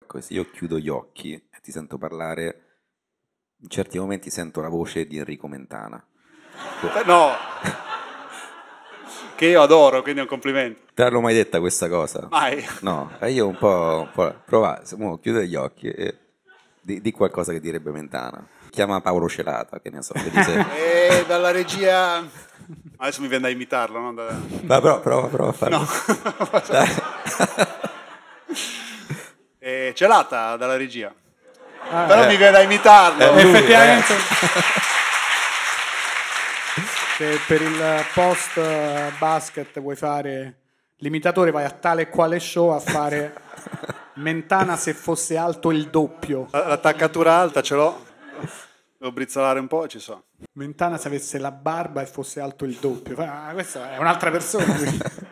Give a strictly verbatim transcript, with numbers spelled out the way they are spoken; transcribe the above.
Se io chiudo gli occhi e ti sento parlare, in certi momenti sento la voce di Enrico Mentana. No, che io adoro, quindi è un complimento. Te l'ho mai detta questa cosa? Mai. No, e io un po', un po' prova, mo, chiudo gli occhi e di, di qualcosa che direbbe Mentana. Chiama Paolo Celata, che ne so. Che dice... E dalla regia... Adesso mi viene da imitarlo, no? Da... Ma però, prova, prova a farlo. No. E Celata dalla regia. Ah, però eh. mi viene da imitarlo. Eh, lui, effettivamente. Se per il post basket vuoi fare l'imitatore, vai a Tale e Quale Show a fare Mentana se fosse alto il doppio. L'attaccatura alta ce l'ho. Devo brizzolare un po' e ci so. Mentana se avesse la barba e fosse alto il doppio. Ah, questa è un'altra persona.